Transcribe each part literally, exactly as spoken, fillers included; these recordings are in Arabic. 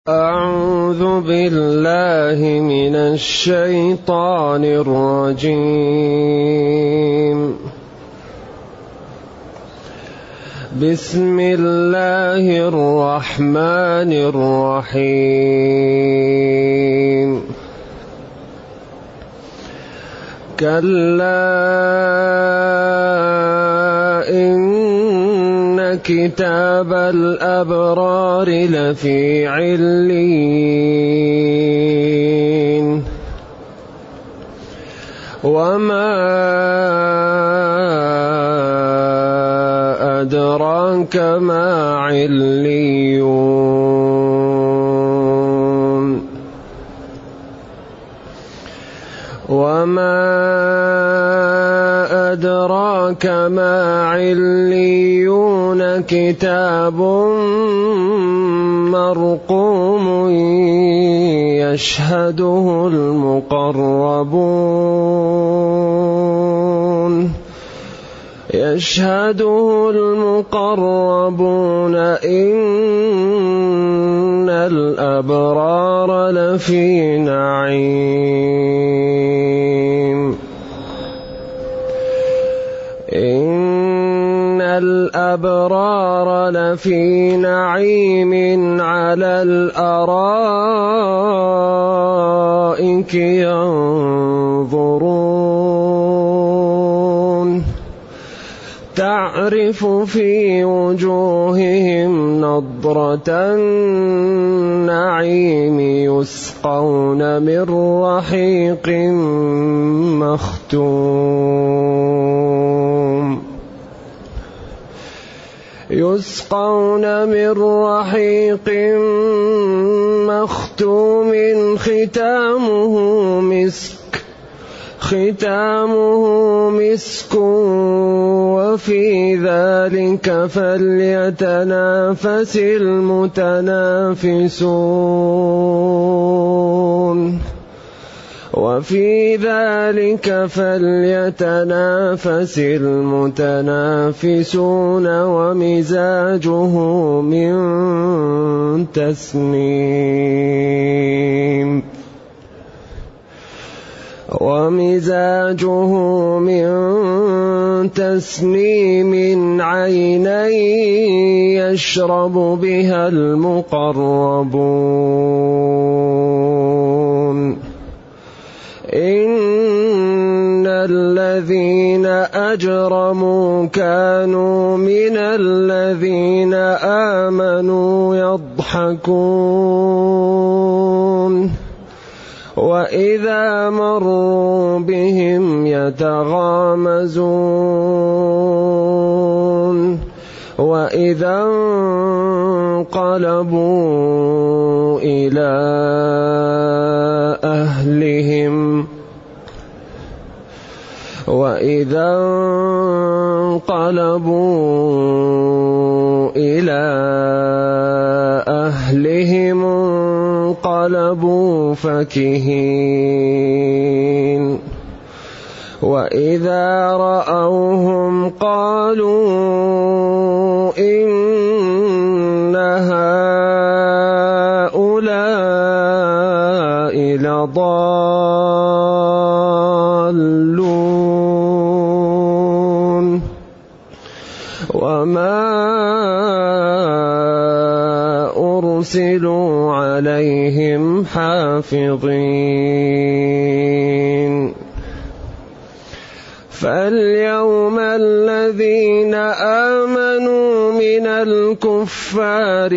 أعوذ بالله من الشيطان الرجيم. بسم الله الرحمن الرحيم. كلا إن كتاب الأبرار لفي عليين وما أدراك ما عليون وما أدراك ما عليون كتاب مرقوم يشهده المقربون يشهده المقربون إن الأبرار لفي نعيم إن الأبرار لفي نعيم على الأرائك ينظرون تعرف في وجوههم نضرة النعيم يسقون من رحيق مختوم يسقون من رحيق مختوم ختامه مسك ختامه مسك وفي ذلك فليتنافس المتنافسون وفي ذلك فليتنافس المتنافسون ومزاجه من تسنيم ومزاجه من تسنيم عينا يشرب بها المقربون إن الذين أجرموا كانوا من الذين آمنوا يضحكون وإذا مروا بهم يتغامزون وإذا انقلبوا إلى أهلهم وإذا انقلبوا إلى أهلهم انقلبوا فكهين وإذا رأوهم قالوا إن هؤلاء لضالون وما أرسلوا عليهم حافظين فاليوم الذين آمنوا من الكفار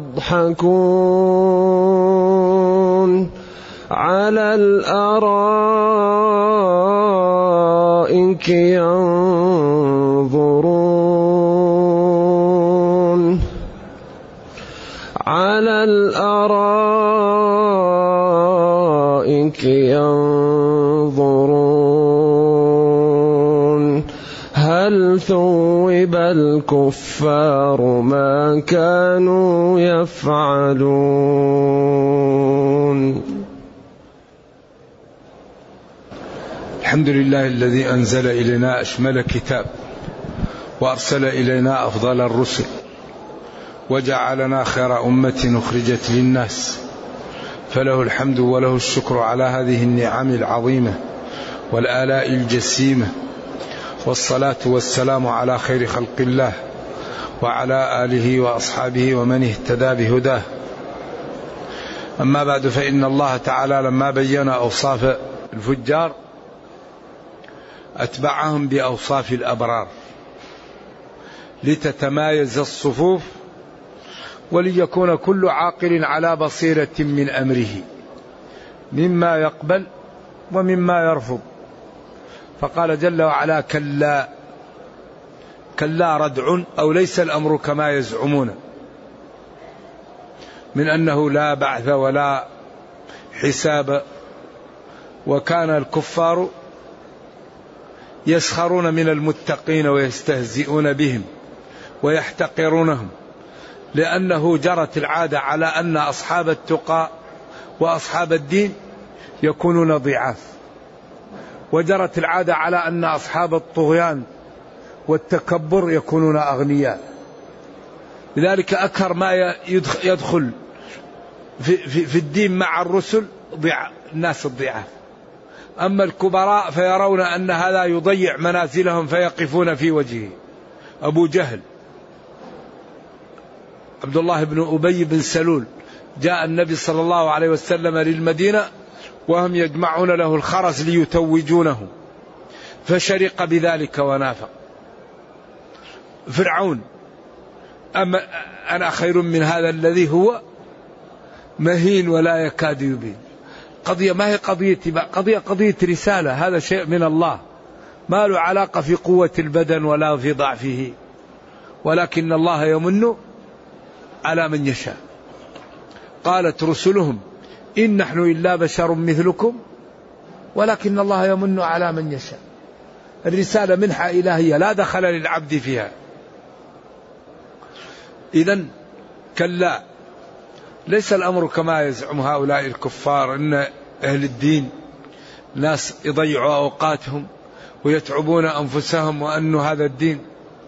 يضحكون على الأرائك ينظرون على الأرائك ينظرون هل ثوب الكفار ما كانوا يفعلون. الحمد لله الذي أنزل إلينا أشمل كتاب وأرسل إلينا أفضل الرسل وجعلنا خير أمة أخرجت للناس، فله الحمد وله الشكر على هذه النعم العظيمة والآلاء الجسيمة، والصلاة والسلام على خير خلق الله وعلى آله وأصحابه ومن اهتدى بهداه. أما بعد، فإن الله تعالى لما بين أوصاف الفجار أتبعهم بأوصاف الأبرار لتتمايز الصفوف وليكون كل عاقل على بصيرة من أمره مما يقبل ومما يرفض. فقال جل وعلا: كلا كلا ردع، أو ليس الأمر كما يزعمون من أنه لا بعث ولا حساب. وكان الكفار يسخرون من المتقين ويستهزئون بهم ويحتقرونهم، لأنه جرت العادة على أن أصحاب التقى وأصحاب الدين يكونون ضعاف، وجرت العادة على أن أصحاب الطغيان والتكبر يكونون أغنياء. لذلك أكثر ما يدخل في, في, في الدين مع الرسل ضع الناس الضعاف. أما الكبراء فيرون أن هذا يضيع منازلهم فيقفون في وجهه. أبو جهل، عبد الله بن أبي بن سلول، جاء النبي صلى الله عليه وسلم للمدينة وهم يجمعون له الخرز ليتوجونه، فشرق بذلك ونافق. فرعون: أما أنا خير من هذا الذي هو مهين ولا يكاد يبين. قضية ما هي قضية قضية قضية رسالة، هذا شيء من الله، ما له علاقة في قوة البدن ولا في ضعفه، ولكن الله يمن على من يشاء. قالت رسلهم: إن نحن إلا بشر مثلكم ولكن الله يمن على من يشاء. الرسالة منحة إلهية لا دخل للعبد فيها. إذن كلا، ليس الأمر كما يزعم هؤلاء الكفار أن أهل الدين ناس يضيعوا أوقاتهم ويتعبون أنفسهم، وأن هذا الدين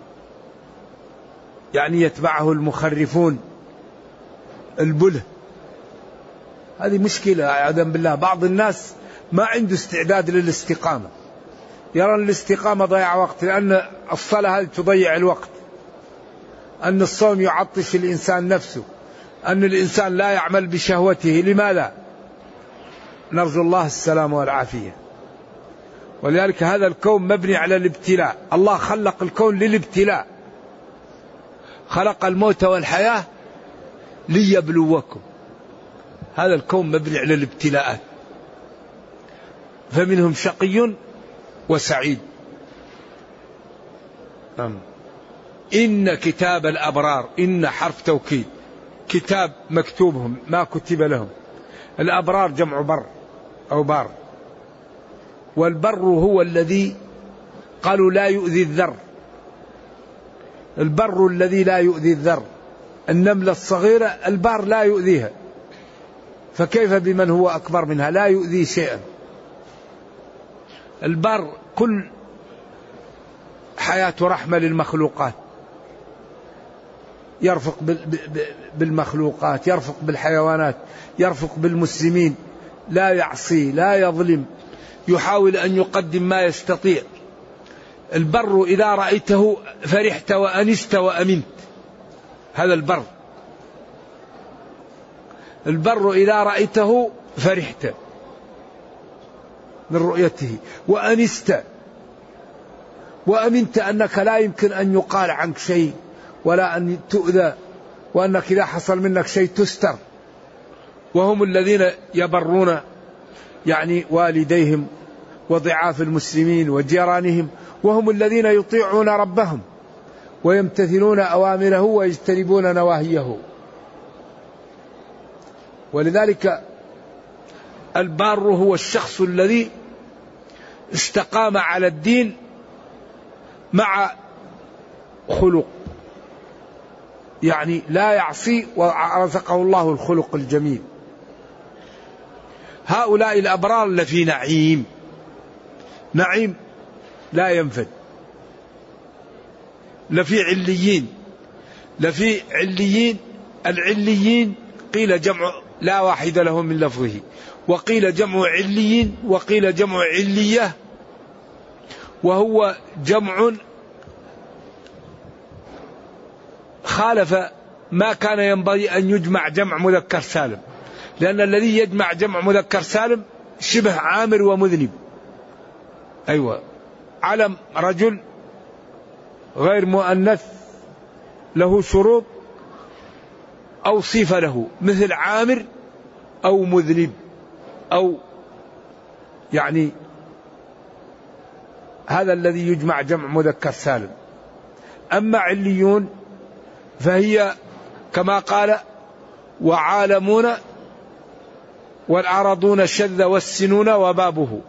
يعني يتبعه المخرفون البله. هذه مشكلة عياذا بالله. بعض الناس ما عنده استعداد للاستقامة، يرى الاستقامة ضياع وقت، لأن الصلاة هذه تضيع الوقت، أن الصوم يعطش الإنسان نفسه، أن الإنسان لا يعمل بشهوته. لماذا؟ نرجو الله السلام والعافية. ولذلك هذا الكون مبني على الابتلاء. الله خلق الكون للابتلاء، خلق الموت والحياة ليبلوكم. هذا الكون مبني على الابتلاءات، فمنهم شقي وسعيد. إن كتاب الأبرار، إن حرف توكيد، كتاب مكتوبهم ما كتب لهم. الأبرار جمع بر أو بار، والبر هو الذي قالوا لا يؤذي الذر. البر الذي لا يؤذي الذر، النملة الصغيرة البار لا يؤذيها، فكيف بمن هو أكبر منها لا يؤذي شيئا. البر كل حياة رحمة للمخلوقات، يرفق بالمخلوقات، يرفق بالحيوانات، يرفق بالمسلمين، لا يعصي لا يظلم، يحاول أن يقدم ما يستطيع. البر إذا رأيته فرحت وأنست وأمنت، هذا البر. البر إذا رأيته فرحت من رؤيته وأنست وأمنت أنك لا يمكن أن يقال عنك شيء ولا أن تؤذى، وأنك إذا حصل منك شيء تستر. وهم الذين يبرون يعني والديهم وضعاف المسلمين وجيرانهم، وهم الذين يطيعون ربهم ويمتثلون أوامره ويجتنبون نواهيه. ولذلك البار هو الشخص الذي استقام على الدين مع خلق، يعني لا يعصي ورزقه الله الخلق الجميل. هؤلاء الأبرار لفي نعيم، نعيم لا ينفد، لفي عليين، لفي عليين. العليين قيل جمع لا واحد له من لفظه، وقيل جمع عليين، وقيل جمع علية، وهو جمع خالف ما كان ينبغي أن يجمع جمع مذكر سالم، لأن الذي يجمع جمع مذكر سالم شبه عامر ومذنب. أيوة، علم رجل غير مؤنث له شروط أو صفة له، مثل عامر أو مذنب أو يعني هذا الذي يجمع جمع مذكر سالم. أما عليون فهي كما قال وعالمون والعرضون الشذ والسنون وبابه،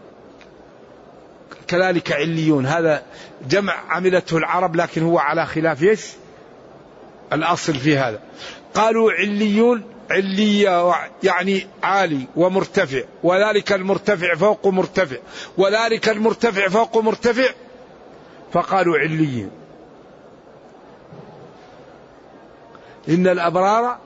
كذلك عليون هذا جمع عملته العرب، لكن هو على خلاف ايش الأصل في هذا. قالوا عليون علية يعني عالي ومرتفع، وذلك المرتفع فوق مرتفع، وذلك المرتفع فوق مرتفع، فقالوا عليين. إن الأبرار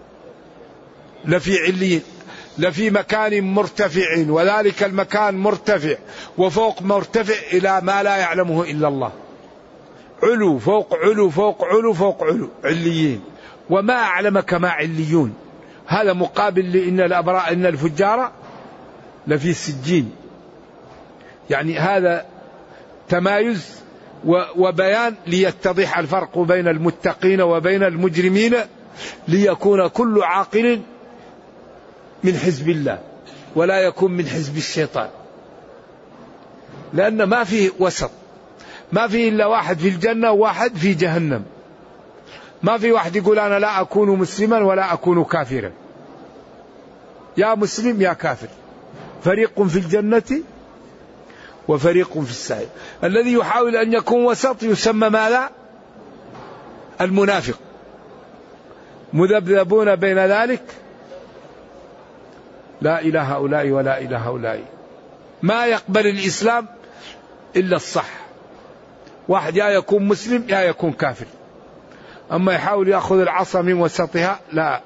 لفي عليين، لفي مكان مرتفع، وذلك المكان مرتفع وفوق مرتفع إلى ما لا يعلمه إلا الله. علو فوق علو فوق علو فوق علو، عليين. وما أعلمك ما عليون، هذا مقابل لإن الأبرار إن الفجار لفي سجين. يعني هذا تمايز وبيان ليتضح الفرق بين المتقين وبين المجرمين، ليكون كل عاقل من حزب الله ولا يكون من حزب الشيطان، لأن ما فيه وسط، ما فيه إلا واحد في الجنة وواحد في جهنم. ما في واحد يقول أنا لا أكون مسلما ولا أكون كافرا، يا مسلم يا كافر، فريق في الجنة وفريق في السعير. الذي يحاول أن يكون وسط يسمى ماذا؟ المنافق، مذبذبون بين ذلك، لا إله هؤلاء ولا إله هؤلاء. ما يقبل الإسلام إلا الصح، واحد يا يكون مسلم يا يكون كافر، أما يحاول يأخذ العصا من وسطها لا.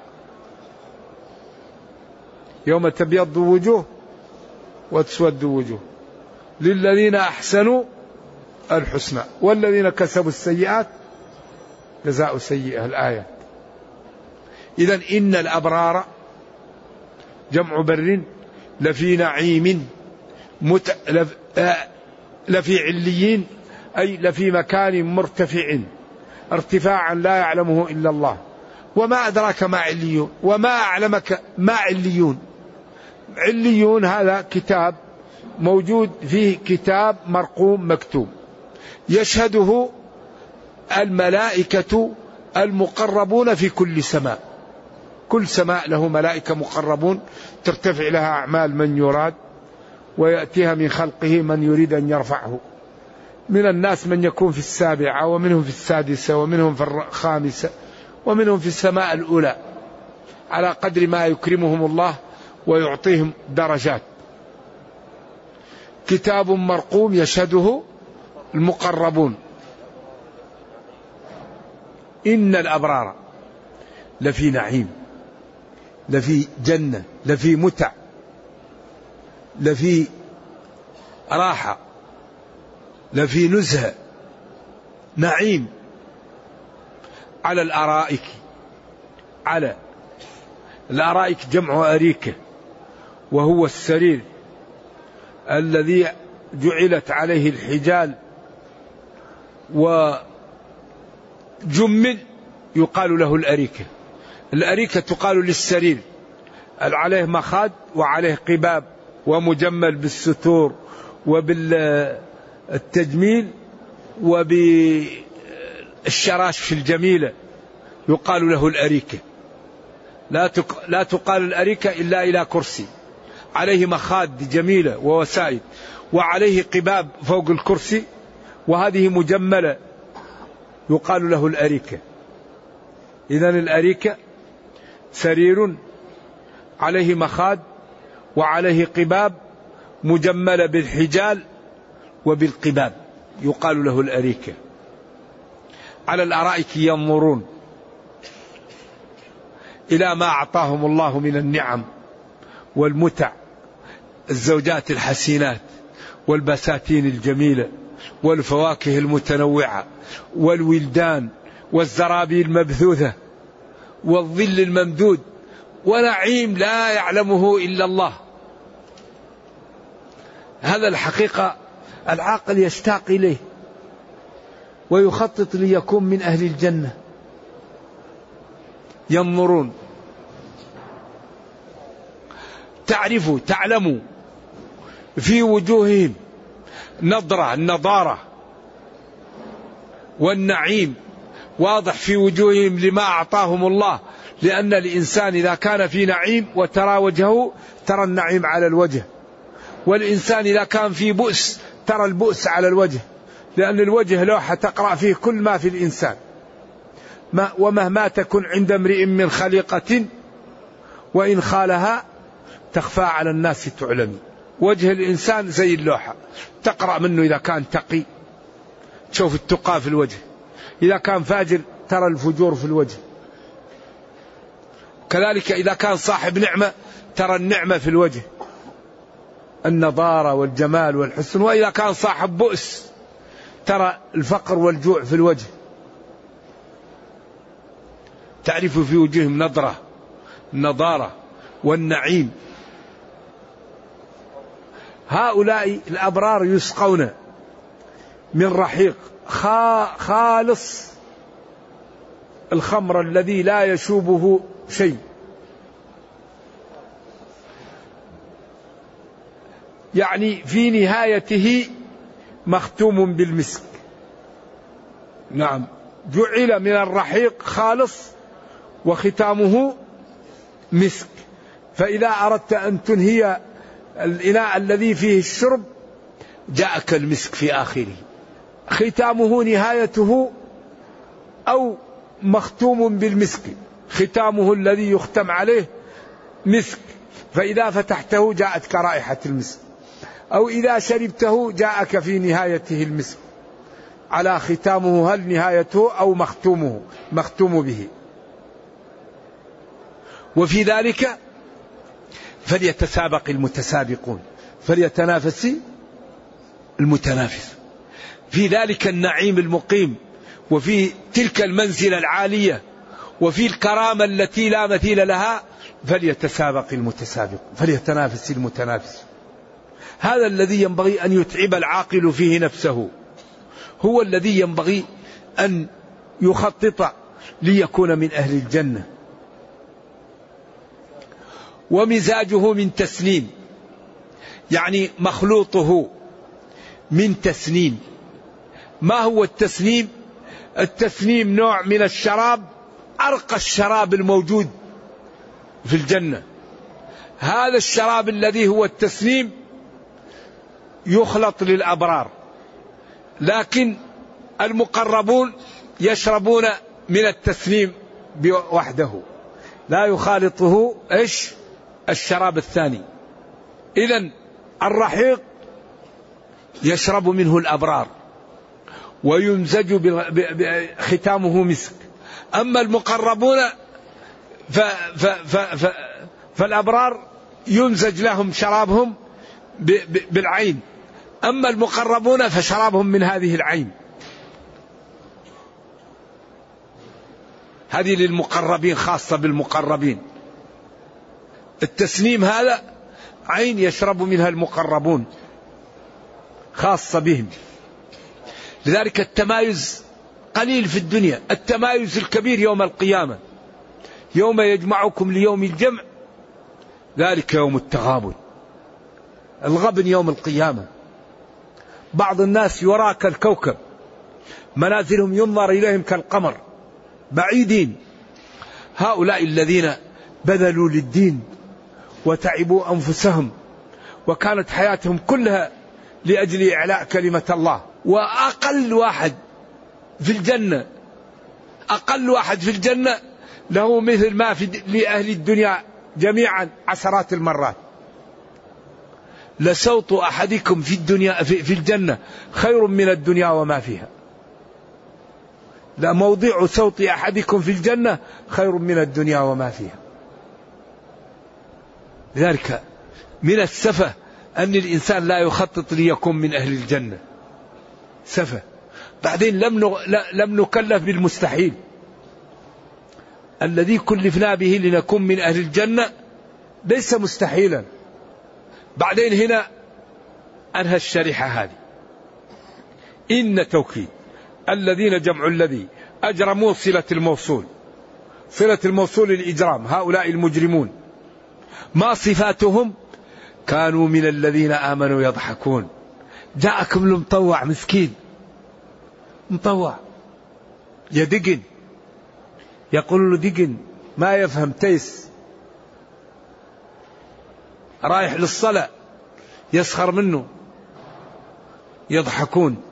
يوم تبيض وجوه وتسود وجوه، للذين أحسنوا الحسنى والذين كسبوا السيئات جزاء سيئة، الآية. إذن إن الأبرار جمع بر لفي نعيم مت... لف... لفي عليين، أي لفي مكان مرتفع ارتفاعا لا يعلمه إلا الله. وما أدراك ما عليون، وما أعلمك ما عليون. عليون هذا كتاب موجود فيه كتاب مرقوم مكتوب، يشهده الملائكة المقربون في كل سماء. كل سماء له ملائكة مقربون ترتفع لها أعمال من يراد، ويأتيها من خلقه من يريد أن يرفعه. من الناس من يكون في السابعة، ومنهم في السادسة، ومنهم في الخامسة، ومنهم في السماء الأولى، على قدر ما يكرمهم الله ويعطيهم درجات. كتاب مرقوم يشهده المقربون. إن الأبرار لفي نعيم، لفي جنة، لفي متع، لفي راحة، لفي نزهة، نعيم، على الأرائك. على الأرائك جمع أريكة، وهو السرير الذي جعلت عليه الحجال وجمل يقال له الأريكة. الأريكة تقال للسرير عليه مخاد وعليه قباب ومجمل بالستور وبالتجميل وبالشراشف الجميلة، يقال له الأريكة. لا لا تقال الأريكة إلا إلى كرسي عليه مخاد جميلة ووسائد، وعليه قباب فوق الكرسي، وهذه مجملة يقال له الأريكة. إذن الأريكة سرير عليه مخاد وعليه قباب مجملة بالحجال وبالقباب، يقال له الأريكة. على الأرائك ينظرون إلى ما أعطاهم الله من النعم والمتع، الزوجات الحسينات والبساتين الجميلة والفواكه المتنوعة والولدان والزرابي المبثوثة والظل الممدود ونعيم لا يعلمه إلا الله. هذا الحقيقة العاقل يشتاق إليه ويخطط ليكون من أهل الجنة. ينظرون، تعرف تعلم في وجوههم نضرة، النضارة والنعيم واضح في وجوههم لما أعطاهم الله، لأن الإنسان إذا كان في نعيم وترى وجهه ترى النعيم على الوجه، والإنسان إذا كان في بؤس ترى البؤس على الوجه، لأن الوجه لوحة تقرأ فيه كل ما في الإنسان. ما ومهما تكن عند امرئ من خليقة وإن خالها تخفى على الناس تعلم. وجه الإنسان زي اللوحة تقرأ منه، إذا كان تقي تشوف التقى في الوجه، إذا كان فاجر ترى الفجور في الوجه، كذلك إذا كان صاحب نعمة ترى النعمة في الوجه، النضارة والجمال والحسن، وإذا كان صاحب بؤس ترى الفقر والجوع في الوجه. تعرف في وجوههم نضرة، النضارة والنعيم. هؤلاء الأبرار يسقون من رحيق خالص، الخمر الذي لا يشوبه شيء، يعني في نهايته مختوم بالمسك. نعم، جعل من الرحيق خالص وختامه مسك، فإذا أردت أن تنهي الإناء الذي فيه الشرب جاءك المسك في آخره، ختامه نهايته أو مختوم بالمسك، ختامه الذي يختم عليه مسك، فإذا فتحته جاءتك رائحة المسك، أو إذا شربته جاءك في نهايته المسك، على ختامه هل نهايته أو مختومه مختوم به. وفي ذلك فليتسابق المتسابقون، فليتنافس المتنافس في ذلك النعيم المقيم، وفي تلك المنزلة العالية، وفي الكرامة التي لا مثيل لها، فليتسابق المتسابق، فليتنافس المتنافس. هذا الذي ينبغي أن يتعب العاقل فيه نفسه، هو الذي ينبغي أن يخطط ليكون من أهل الجنة. ومزاجه من تسنيم، يعني مخلوطه من تسنيم. ما هو التسنيم؟ التسنيم نوع من الشراب، أرقى الشراب الموجود في الجنة. هذا الشراب الذي هو التسنيم يخلط للأبرار، لكن المقربون يشربون من التسنيم وحده، لا يخالطه إيش الشراب الثاني. إذن الرحيق يشرب منه الأبرار ويمزج بختامه مسك. أما المقربون ف ف ف ف فالأبرار يمزج لهم شرابهم بالعين، أما المقربون فشرابهم من هذه العين. هذه للمقربين، خاصة بالمقربين. التسنيم هذا عين يشرب منها المقربون، خاصة بهم. لذلك التمايز قليل في الدنيا، التمايز الكبير يوم القيامة، يوم يجمعكم ليوم الجمع، ذلك يوم التغابن. الغبن يوم القيامة. بعض الناس يرى كالكوكب، منازلهم ينظر إليهم كالقمر، بعيدين. هؤلاء الذين بذلوا للدين وتعبوا أنفسهم وكانت حياتهم كلها لأجل إعلاء كلمة الله. وأقل واحد في الجنة، أقل واحد في الجنة له مثل ما في لأهل الدنيا جميعا عشرات المرات. لصوت أحدكم في الدنيا في, في الجنة خير من الدنيا وما فيها. لموضع صوت أحدكم في الجنة خير من الدنيا وما فيها. لذلك من السفة أن الإنسان لا يخطط ليكون من أهل الجنة، سفة. بعدين لم لم نكلف بالمستحيل، الذي كلفنا به لنكون من أهل الجنة ليس مستحيلا. بعدين هنا أنهى الشريحة هذه، إن توكيد الذين جمع الذي أجرموا صلة الموصول، صلة الموصول الإجرام، هؤلاء المجرمون ما صفاتهم؟ كانوا من الذين آمنوا يضحكون. جاءكم المطوع مسكين مطوع يدقن، يقول له دقن ما يفهم تيس، رايح للصلاة يسخر منه، يضحكون.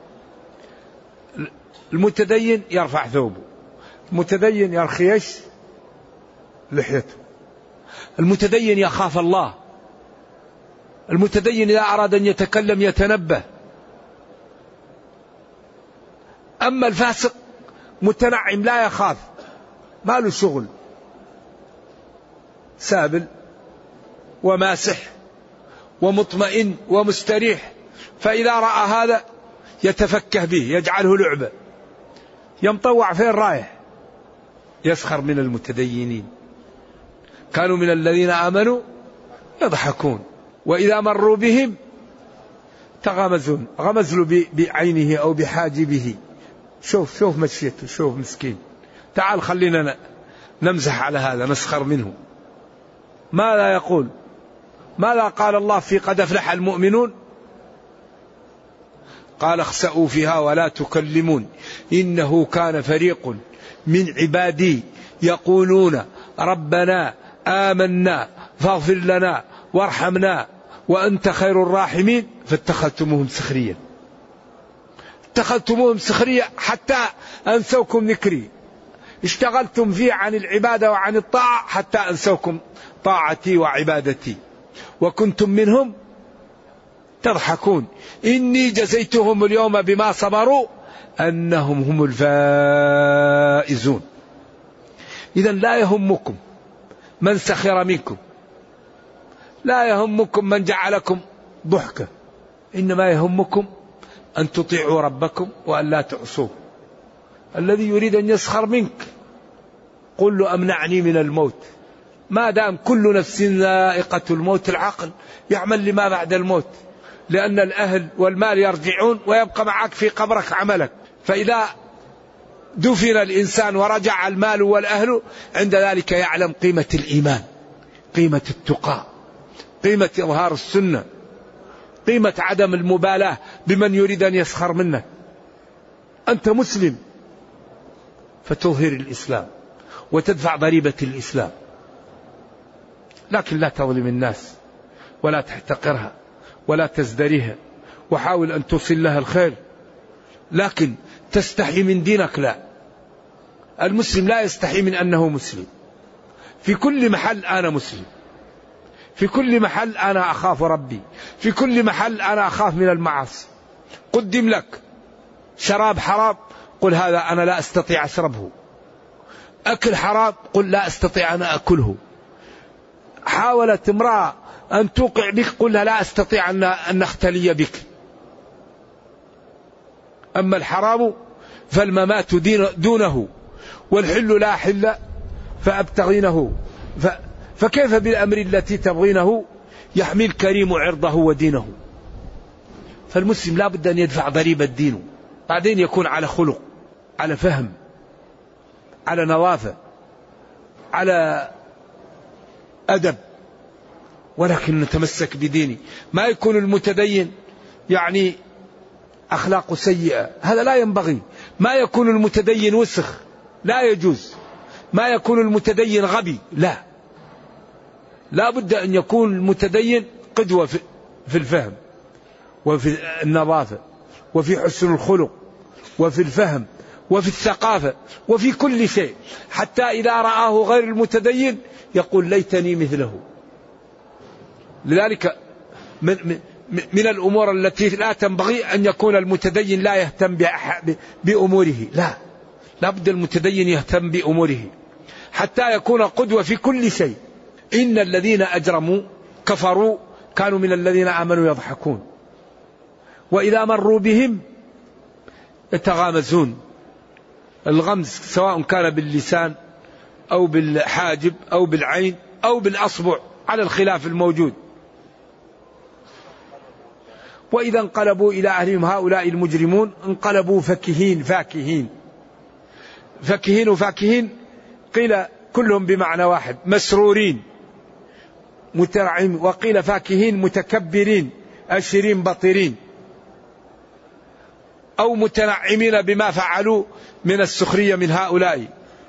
المتدين يرفع ثوبه، المتدين يرخيش لحيته، المتدين يخاف الله، المتدين إذا أراد أن يتكلم يتنبه. أما الفاسق متنعم لا يخاف، ما له شغل، سابل وماسح ومطمئن ومستريح، فإذا رأى هذا يتفكه به يجعله لعبة. يمطوع فين رايح؟ يسخر من المتدينين. كانوا من الذين آمنوا يضحكون وإذا مروا بهم تغمزون، غمز له بعينه أو بحاجبه. شوف شوف مشيته، شوف مسكين، تعال خلينا نمزح على هذا نسخر منه. ماذا يقول؟ ماذا قال الله في قد أفلح المؤمنون؟ قال اخسأوا فيها ولا تكلمون إنه كان فريق من عبادي يقولون ربنا آمنا فاغفر لنا وارحمنا وأنت خير الراحمين فاتخذتموهم سخريا. اتخذتموهم سخريا حتى أنسوكم ذكري، اشتغلتم فيه عن العبادة وعن الطاعة حتى أنسوكم طاعتي وعبادتي وكنتم منهم تضحكون. إني جزيتهم اليوم بما صبروا أنهم هم الفائزون. إذن لا يهمكم من سخر منكم، لا يهمكم من جعلكم ضحكة، إنما يهمكم أن تطيعوا ربكم وأن لا تعصوه. الذي يريد أن يسخر منك قل له أمنعني من الموت، ما دام كل نفس ذائقة الموت العقل يعمل لما بعد الموت، لأن الأهل والمال يرجعون ويبقى معك في قبرك عملك. فإذا دفن الإنسان ورجع المال والأهل عند ذلك يعلم قيمة الإيمان، قيمة التقى، قيمة إظهار السنة، قيمة عدم المبالاة بمن يريد أن يسخر منك. أنت مسلم فتظهر الإسلام وتدفع ضريبة الإسلام، لكن لا تظلم الناس ولا تحتقرها ولا تزدريها، وحاول أن توصل لها الخير، لكن تستحي من دينك لا. المسلم لا يستحي من أنه مسلم. في كل محل أنا مسلم، في كل محل أنا أخاف ربي، في كل محل أنا أخاف من المعاصي. قدم لك شراب حرام قل هذا أنا لا أستطيع أشربه، أكل حرام قل لا أستطيع أن أكله. حاولت امرأة أن توقع بك قل لا أستطيع أن أختلي بك. أما الحرام فالممات دونه والحل لا حل فأبتغينه، فكيف بالأمر التي تبغينه يحمي الكريم عرضه ودينه. فالمسلم لا بد أن يدفع ضريبة دينه، بعدين يكون على خلق، على فهم، على نظافة، على أدب، ولكن نتمسك بديني. ما يكون المتدين يعني أخلاق سيئة، هذا لا ينبغي. ما يكون المتدين وسخ، لا يجوز. ما يكون المتدين غبي، لا. لا بد أن يكون المتدين قدوة في الفهم وفي النظافة وفي حسن الخلق وفي الفهم وفي الثقافة وفي كل شيء، حتى إذا رآه غير المتدين يقول ليتني مثله. لذلك من, من الأمور التي لا تنبغي أن يكون المتدين لا يهتم بأموره، لا. لابد المتدين يهتم بأموره حتى يكون قدوة في كل شيء. إن الذين أجرموا كفروا كانوا من الذين آمنوا يضحكون وإذا مروا بهم يتغامزون. الغمز سواء كان باللسان أو بالحاجب أو بالعين أو بالأصبع على الخلاف الموجود. وإذا انقلبوا إلى أهلهم هؤلاء المجرمون انقلبوا فكهين فاكهين. فكهين وفاكهين قيل كلهم بمعنى واحد، مسرورين مترعين، وقيل فاكهين متكبرين أشرين بطرين، أو متنعمين بما فعلوا من السخرية من هؤلاء.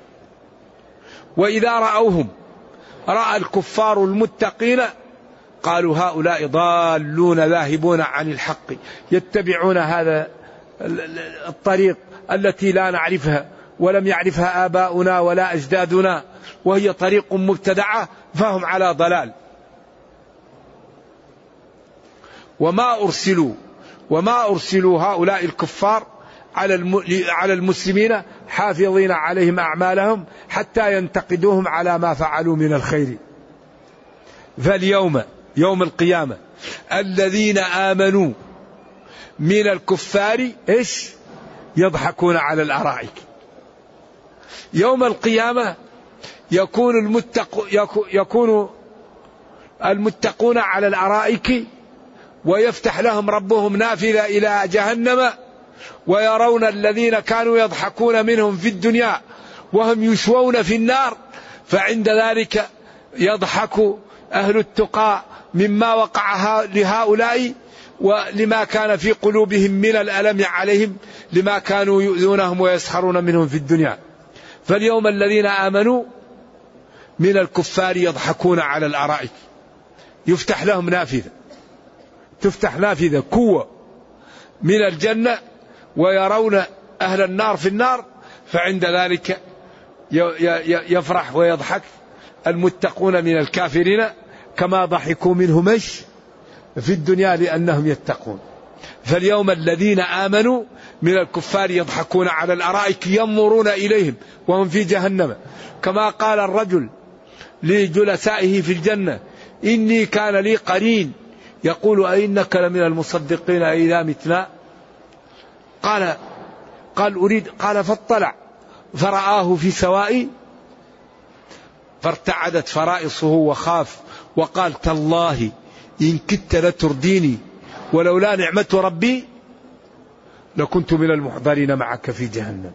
وإذا رأوهم رأى الكفار المتقين قالوا هؤلاء ضالون ذاهبون عن الحق، يتبعون هذا الطريق التي لا نعرفها ولم يعرفها آباؤنا ولا أجدادنا، وهي طريق مبتدعة فهم على ضلال. وما أرسلوا وما أرسلوا هؤلاء الكفار على المسلمين حافظين عليهم أعمالهم حتى ينتقدوهم على ما فعلوا من الخير. فاليوم يوم القيامة الذين آمنوا من الكفار إيش يضحكون على الأرائك. يوم القيامة يكون المتق يكون المتقون على الأرائك ويفتح لهم ربهم نافذة إلى جهنم، ويرون الذين كانوا يضحكون منهم في الدنيا وهم يشوون في النار، فعند ذلك يضحك أهل التقى مما وقع لهؤلاء ولما كان في قلوبهم من الألم عليهم لما كانوا يؤذونهم ويسخرون منهم في الدنيا. فاليوم الذين آمنوا من الكفار يضحكون على الأرائك، يفتح لهم نافذة، تفتح نافذة قوة من الجنة ويرون أهل النار في النار، فعند ذلك يفرح ويضحك المتقون من الكافرين كما ضحكوا منهم في الدنيا لأنهم يتقون. فاليوم الذين آمنوا من الكفار يضحكون على الأرائك ينظرون إليهم وهم في جهنم، كما قال الرجل لجلسائه في الجنة إني كان لي قرين يقول أئنك لمن المصدقين إذا متنا، قال قال أريد قال فاطلع فرآه في سواء فارتعدت فرائصه وخاف وقال تالله إن كدت لترديني ولولا نعمة ربي لكنت من المحضرين معك في جهنم.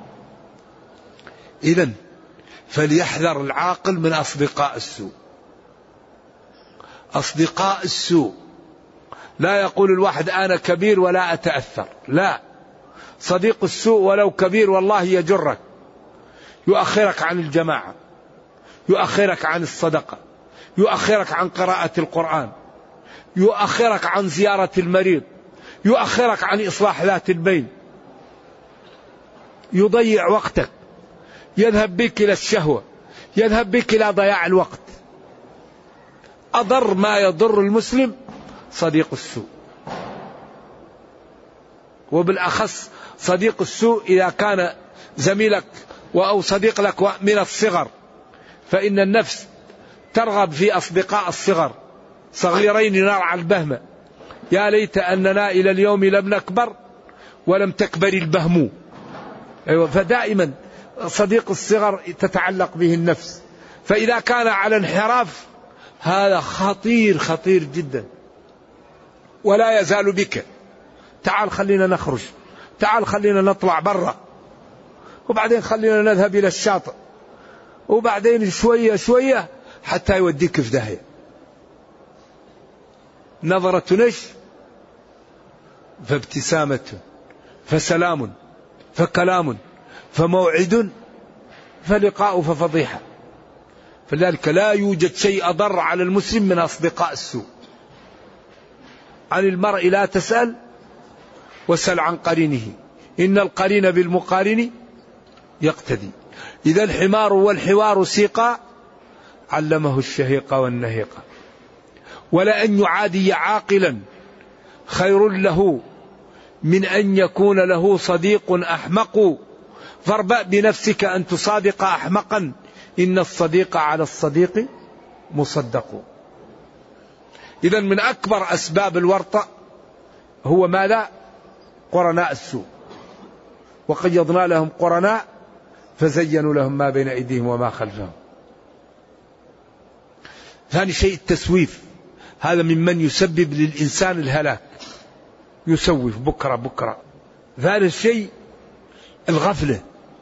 إذن فليحذر العاقل من أصدقاء السوء. أصدقاء السوء لا يقول الواحد أنا كبير ولا أتأثر، لا، صديق السوء ولو كبير والله يجرك، يؤخرك عن الجماعة، يؤخرك عن الصدقة، يؤخرك عن قراءة القرآن، يؤخرك عن زيارة المريض، يؤخرك عن إصلاح ذات البين، يضيع وقتك، يذهب بك إلى الشهوة، يذهب بك إلى ضياع الوقت. أضر ما يضر المسلم صديق السوء، وبالأخص صديق السوء إذا كان زميلك أو صديق لك من الصغر، فإن النفس ترغب في أصدقاء الصغر، صغيرين نرعى البهمة، يا ليت أننا إلى اليوم لم نكبر ولم تكبر البهم. أيوة، فدائما صديق الصغر تتعلق به النفس، فإذا كان على انحراف هذا خطير خطير جدا، ولا يزال بك، تعال خلينا نخرج، تعال خلينا نطلع برا، وبعدين خلينا نذهب إلى الشاطئ، وبعدين شوية شوية حتى يوديك في داهية. نظرة نش فابتسامة فسلام فكلام فموعد فلقاء ففضيحة. فلذلك لا يوجد شيء أضر على المسلم من أصدقاء السوء. عن المرء لا تسأل وسل عن قرينه إن القرين بالمقارن يقتدي. إذا الحمار والحوار سيقا علمه الشهيق والنهيق. ولأن يعادي عاقلا خير له من أن يكون له صديق أحمق فاربأ بنفسك أن تصادق أحمقا إن الصديق على الصديق مصدق. إذا من أكبر أسباب الورطة هو ماذا؟ قرناء السوء. وقيضنا لهم قرناء فزينوا لهم ما بين أيديهم وما خلفهم. ثاني شيء التسويف، هذا ممن يسبب للإنسان الهلاك، يسوف بكرة بكرة. ثالث شيء الغفلة،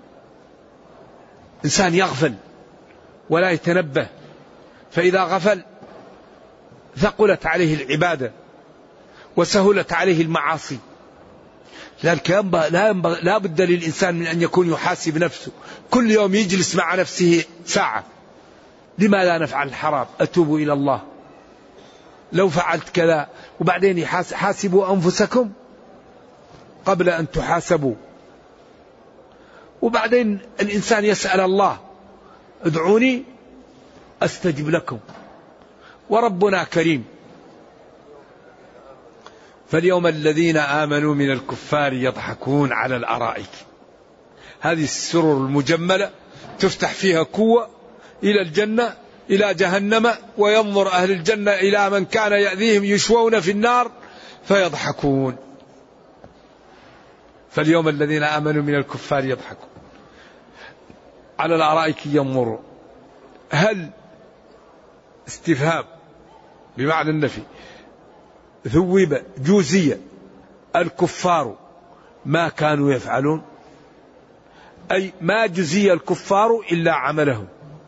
إنسان يغفل ولا يتنبه، فإذا غفل ثقلت عليه العبادة وسهلت عليه المعاصي. لذلك لا, لا بد للإنسان من أن يكون يحاسب نفسه، كل يوم يجلس مع نفسه ساعة، لما لا نفعل الحرام؟ أتوب إلى الله لو فعلت كذا. وبعدين حاسبوا أنفسكم قبل أن تحاسبوا. وبعدين الإنسان يسأل الله ادعوني أستجب لكم، وربنا كريم. فاليوم الذين آمنوا من الكفار يضحكون على الأرائك. هذه السرر المجملة تفتح فيها كوة إلى الجنة إلى جهنم، وينظر أهل الجنة إلى من كان يأذيهم يشوون في النار فيضحكون. فاليوم الذين آمنوا من الكفار يضحكون على الأرائك ينظرون. هل استفهام بمعنى النفي، ثوب جوزية الكفار ما كانوا يفعلون، أي ما جزي الكفار إلا عملهم.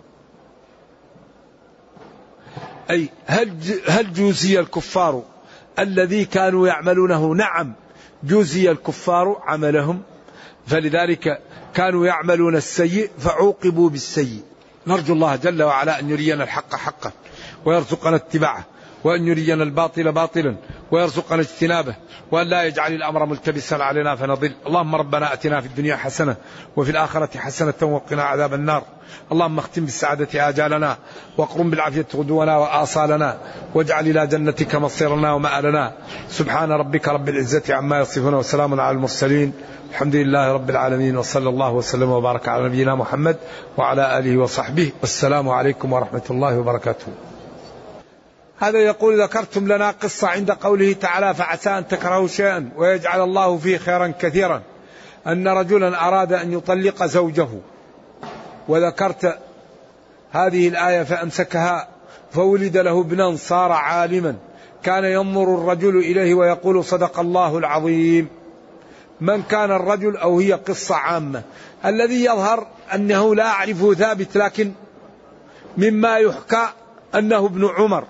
أي هل هل جوزي الكفار الذي كانوا يعملونه؟ نعم جوزي الكفار عملهم، فلذلك كانوا يعملون السيء فعوقبوا بالسيء. نرجو الله جل وعلا أن يرينا الحق حقا ويرزقنا اتباعه، وأن يرينا الباطل باطلا ويرزقنا اجتنابه، وأن لا يجعل الأمر ملتبسا علينا فنضل. اللهم ربنا أتنا في الدنيا حسنة وفي الآخرة حسنة وقنا عذاب النار. اللهم اختم بالسعادة آجالنا، واقرم بالعافية غدونا وآصالنا، واجعل إلى جنتك مصيرنا ومآلنا. سبحان ربك رب العزة عما يصفون وسلام على المرسلين، الحمد لله رب العالمين، وصلى الله وسلم وبارك على نبينا محمد وعلى آله وصحبه، والسلام عليكم ورحمة الله وبركاته. هذا يقول ذكرتم لنا قصة عند قوله تعالى فعسى أن تكرهوا شيئا ويجعل الله فيه خيرا كثيرا، أن رجلا أراد أن يطلق زوجه، وذكرت هذه الآية فأمسكها فولد له ابنا صار عالما، كان ينظر الرجل إليه ويقول صدق الله العظيم. من كان الرجل؟ أو هي قصة عامة. الذي يظهر أنه لا أعرفه ثابت، لكن مما يحكى أنه ابن عمر،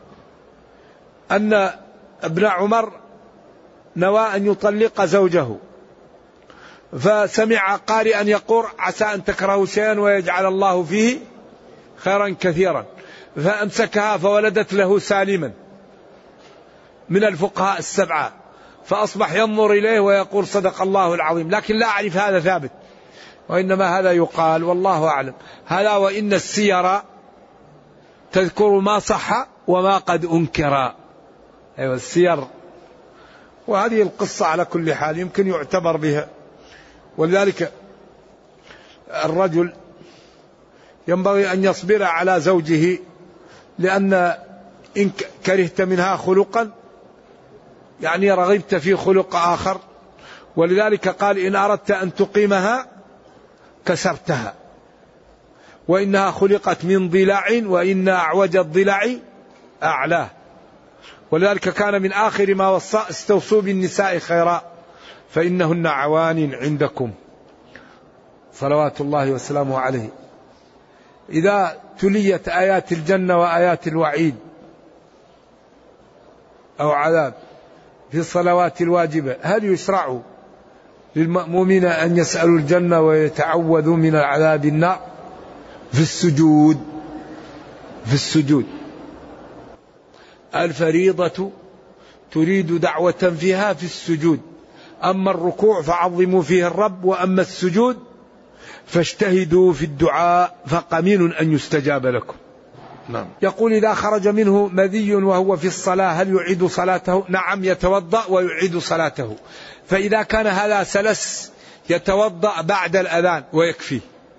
أن ابن عمر نوى أن يطلق زوجه، فسمع قارئا يقول عسى أن تكرهوا شيئا ويجعل الله فيه خيرا كثيرا، فأمسكها فولدت له سالما من الفقهاء السبعة، فأصبح ينظر إليه ويقول صدق الله العظيم. لكن لا أعرف هذا ثابت، وإنما هذا يقال والله أعلم. هذا وإن السير تذكر ما صح وما قد أنكر. أيوة السير. وهذه القصة على كل حال يمكن يعتبر بها. ولذلك الرجل ينبغي أن يصبر على زوجه، لأن إن كرهت منها خلقا يعني رغبت في خلق آخر. ولذلك قال إن أردت أن تقيمها كسرتها، وإنها خلقت من ضلع وإن أعوج الضلع أعلاه. ولذلك كان من آخر ما وصى استوصوا بالنساء خيرا فإنهن عوان عندكم، صلوات الله وسلامه عليه. إذا تليت آيات الجنة وآيات الوعيد أو عذاب في الصلوات الواجبة، هل يشرع للمأمومين أن يسألوا الجنة ويتعوذوا من العذاب النار؟ في السجود. في السجود الفريضة تريد دعوة فيها في السجود، أما الركوع فعظموا فيه الرب، وأما السجود فاجتهدوا في الدعاء فقمين أن يستجاب لكم. نعم. يقول إذا خرج منه مذي وهو في الصلاة هل يعيد صلاته؟ نعم يتوضأ ويعيد صلاته. فإذا كان هذا سلس يتوضأ بعد الأذان ويكفيه.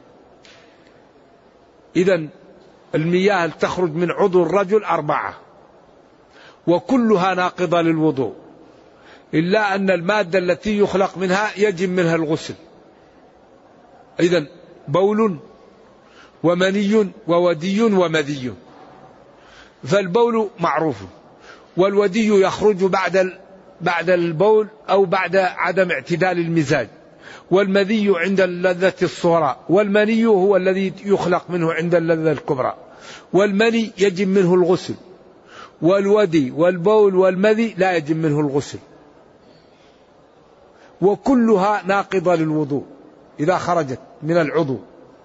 إذن المياه تخرج من عضو الرجل أربعة وكلها ناقضة للوضوء، إلا أن المادة التي يخلق منها يجب منها الغسل. إذن بول ومني وودي ومذي. فالبول معروف، والودي يخرج بعد بعد البول أو بعد عدم اعتدال المزاج، والمذي عند اللذة الصغرى، والمني هو الذي يخلق منه عند اللذة الكبرى، والمني يجب منه الغسل، والودي والبول والمذي لا يجب منه الغسل، وكلها ناقضة للوضوء إذا خرجت من العضو.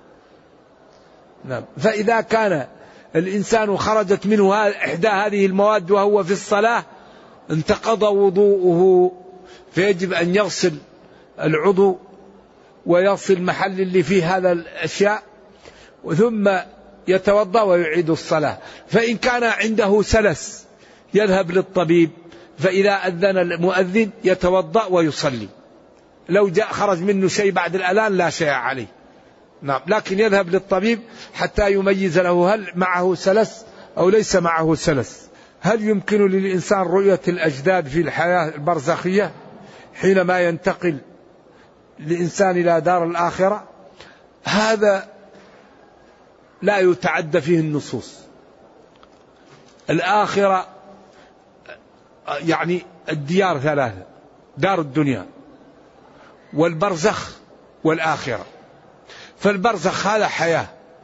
نعم. فإذا كان الإنسان خرجت منه إحدى هذه المواد وهو في الصلاة انتقض وضوءه، فيجب أن يغسل العضو ويغسل المحل اللي فيه هذا الأشياء ثم يتوضأ ويعيد الصلاة. فإن كان عنده سلس يذهب للطبيب، فإذا أذن المؤذن يتوضأ ويصلي. لو جاء خرج منه شيء بعد الأذان لا شيء عليه. نعم. لكن يذهب للطبيب حتى يميز له هل معه سلس أو ليس معه سلس. هل يمكن للإنسان رؤية الأجداد في الحياة البرزخية حينما ينتقل الإنسان إلى دار الآخرة؟ هذا لا يتعدى فيه النصوص. الآخرة يعني الديار ثلاثة: دار الدنيا والبرزخ والآخرة. فالبرزخ هذا حياة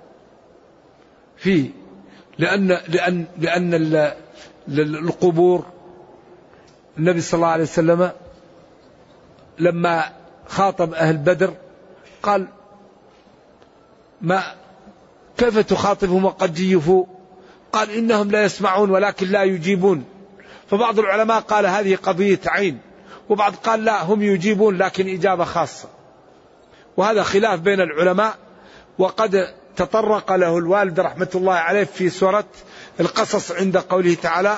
فيه، لأن لأن لأن القبور، النبي صلى الله عليه وسلم لما خاطب أهل بدر قال: ما كيف تخاطبهم وقد جيفوا؟ قال: إنهم لا يسمعون ولكن لا يجيبون. فبعض العلماء قال هذه قضية عين، وبعض قال لا، هم يجيبون لكن إجابة خاصة. وهذا خلاف بين العلماء، وقد تطرق له الوالد رحمة الله عليه في سورة القصص عند قوله تعالى: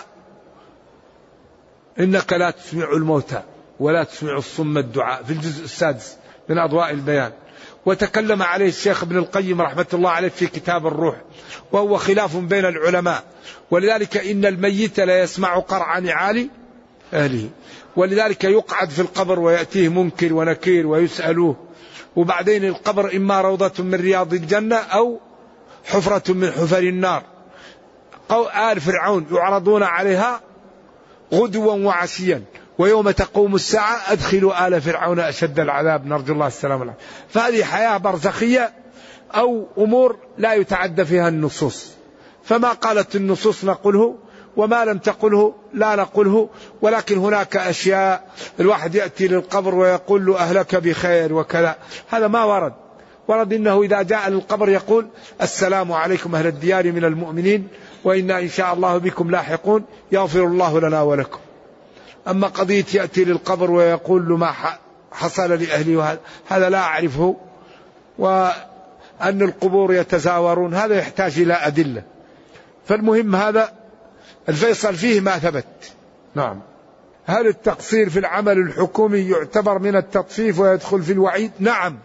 إنك لا تسمع الموتى ولا تسمع الصم الدعاء، في الجزء السادس من أضواء البيان. وتكلم عليه الشيخ ابن القيم رحمة الله عليه في كتاب الروح، وهو خلاف بين العلماء. ولذلك إن الميت لا يسمع قرع نعال أهله، ولذلك يقعد في القبر ويأتيه منكر ونكير ويسألوه، وبعدين القبر إما روضة من رياض الجنة أو حفرة من حفر النار. آل فرعون يعرضون عليها غدوا وعشيا، ويوم تقوم الساعة أدخلوا آل فرعون أشد العذاب، نرجو الله السلام عليكم. فهذه حياة برزخية أو أمور لا يتعدى فيها النصوص، فما قالت النصوص نقوله، وما لم تقله لا نقوله. ولكن هناك أشياء الواحد يأتي للقبر ويقول له أهلك بخير وكذا، هذا ما ورد. ورد إنه إذا جاء للقبر يقول: السلام عليكم أهل الديار من المؤمنين وإنا إن شاء الله بكم لاحقون يغفر الله لنا ولكم. أما قضية يأتي للقبر ويقول له ما حصل لأهلي، هذا لا أعرفه. وأن القبور يتزاورون هذا يحتاج إلى أدلة. فالمهم هذا الفيصل فيه ما ثبت. نعم. هل التقصير في العمل الحكومي يعتبر من التطفيف ويدخل في الوعيد؟ نعم.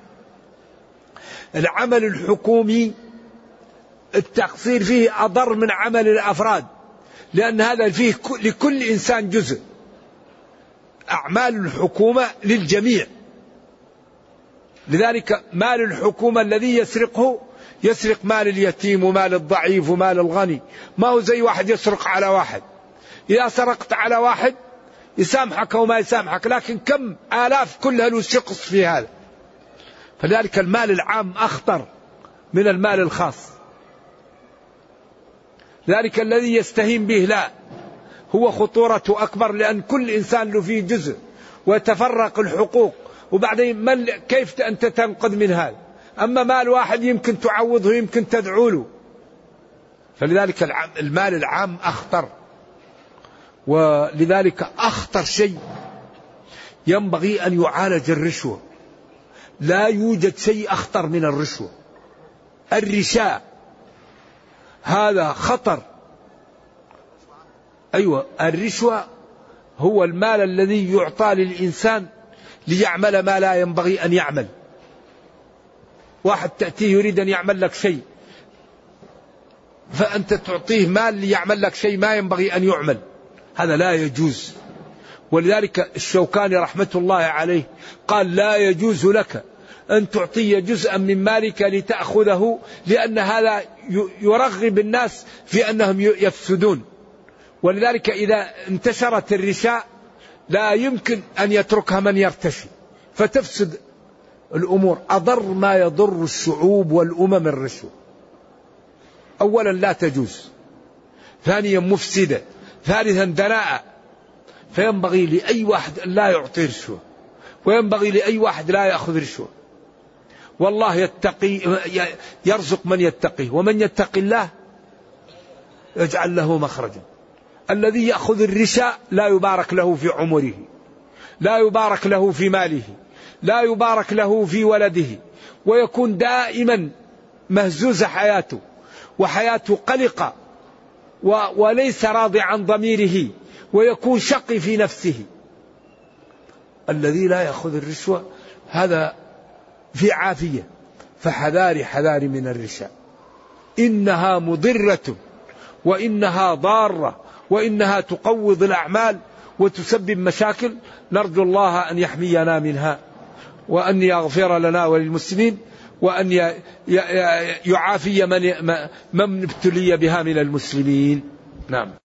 العمل الحكومي التقصير فيه أضر من عمل الأفراد، لأن هذا فيه لكل إنسان جزء. أعمال الحكومة للجميع، لذلك مال الحكومة الذي يسرقه يسرق مال اليتيم ومال الضعيف ومال الغني، ما هو زي واحد يسرق على واحد. إذا سرقت على واحد يسامحك وما يسامحك، لكن كم آلاف كلها له شقص في هذا. فلذلك المال العام أخطر من المال الخاص. ذلك الذي يستهين به لا، هو خطورته أكبر، لأن كل إنسان له فيه جزء ويتفرق الحقوق، وبعدين من كيف أنت تنقذ من هذا؟ أما مال واحد يمكن تعوضه، يمكن تدعو له. فلذلك المال العام أخطر. ولذلك أخطر شيء ينبغي أن يعالج الرشوة. لا يوجد شيء أخطر من الرشوة. الرشاء هذا خطر. أيوة، الرشوة هو المال الذي يعطى للإنسان ليعمل ما لا ينبغي أن يعمل. واحد تأتيه يريد أن يعمل لك شيء، فأنت تعطيه مال ليعمل لك شيء ما ينبغي أن يعمل، هذا لا يجوز. ولذلك الشوكاني رحمة الله عليه قال لا يجوز لك أن تعطي جزءا من مالك لتأخذه، لأن هذا يرغب الناس في أنهم يفسدون. ولذلك إذا انتشرت الرشاء لا يمكن أن يتركها من يرتشي، فتفسد الأمور. أضر ما يضر الشعوب والأمم الرشوة. أولا لا تجوز، ثانيا مفسدة، ثالثا دناءة. فينبغي لأي واحد أن لا يعطي رشوة، وينبغي لأي واحد لا يأخذ رشوة. والله يتقي يرزق من يتقيه، ومن يتقي الله يجعل له مخرجا. الذي يأخذ الرشاء لا يبارك له في عمره، لا يبارك له في ماله، لا يبارك له في ولده، ويكون دائما مهزوز حياته، وحياته قلقة، وليس راضي عن ضميره، ويكون شقي في نفسه. الذي لا يأخذ الرشوة هذا في عافية. فحذاري حذاري من الرشاء، إنها مضرة وإنها ضارة وإنها تقوض الأعمال وتسبب مشاكل. نرجو الله أن يحمينا منها، وأن يغفر لنا وللمسلمين، وأن يعافي من من ابتلي بها من المسلمين. نعم.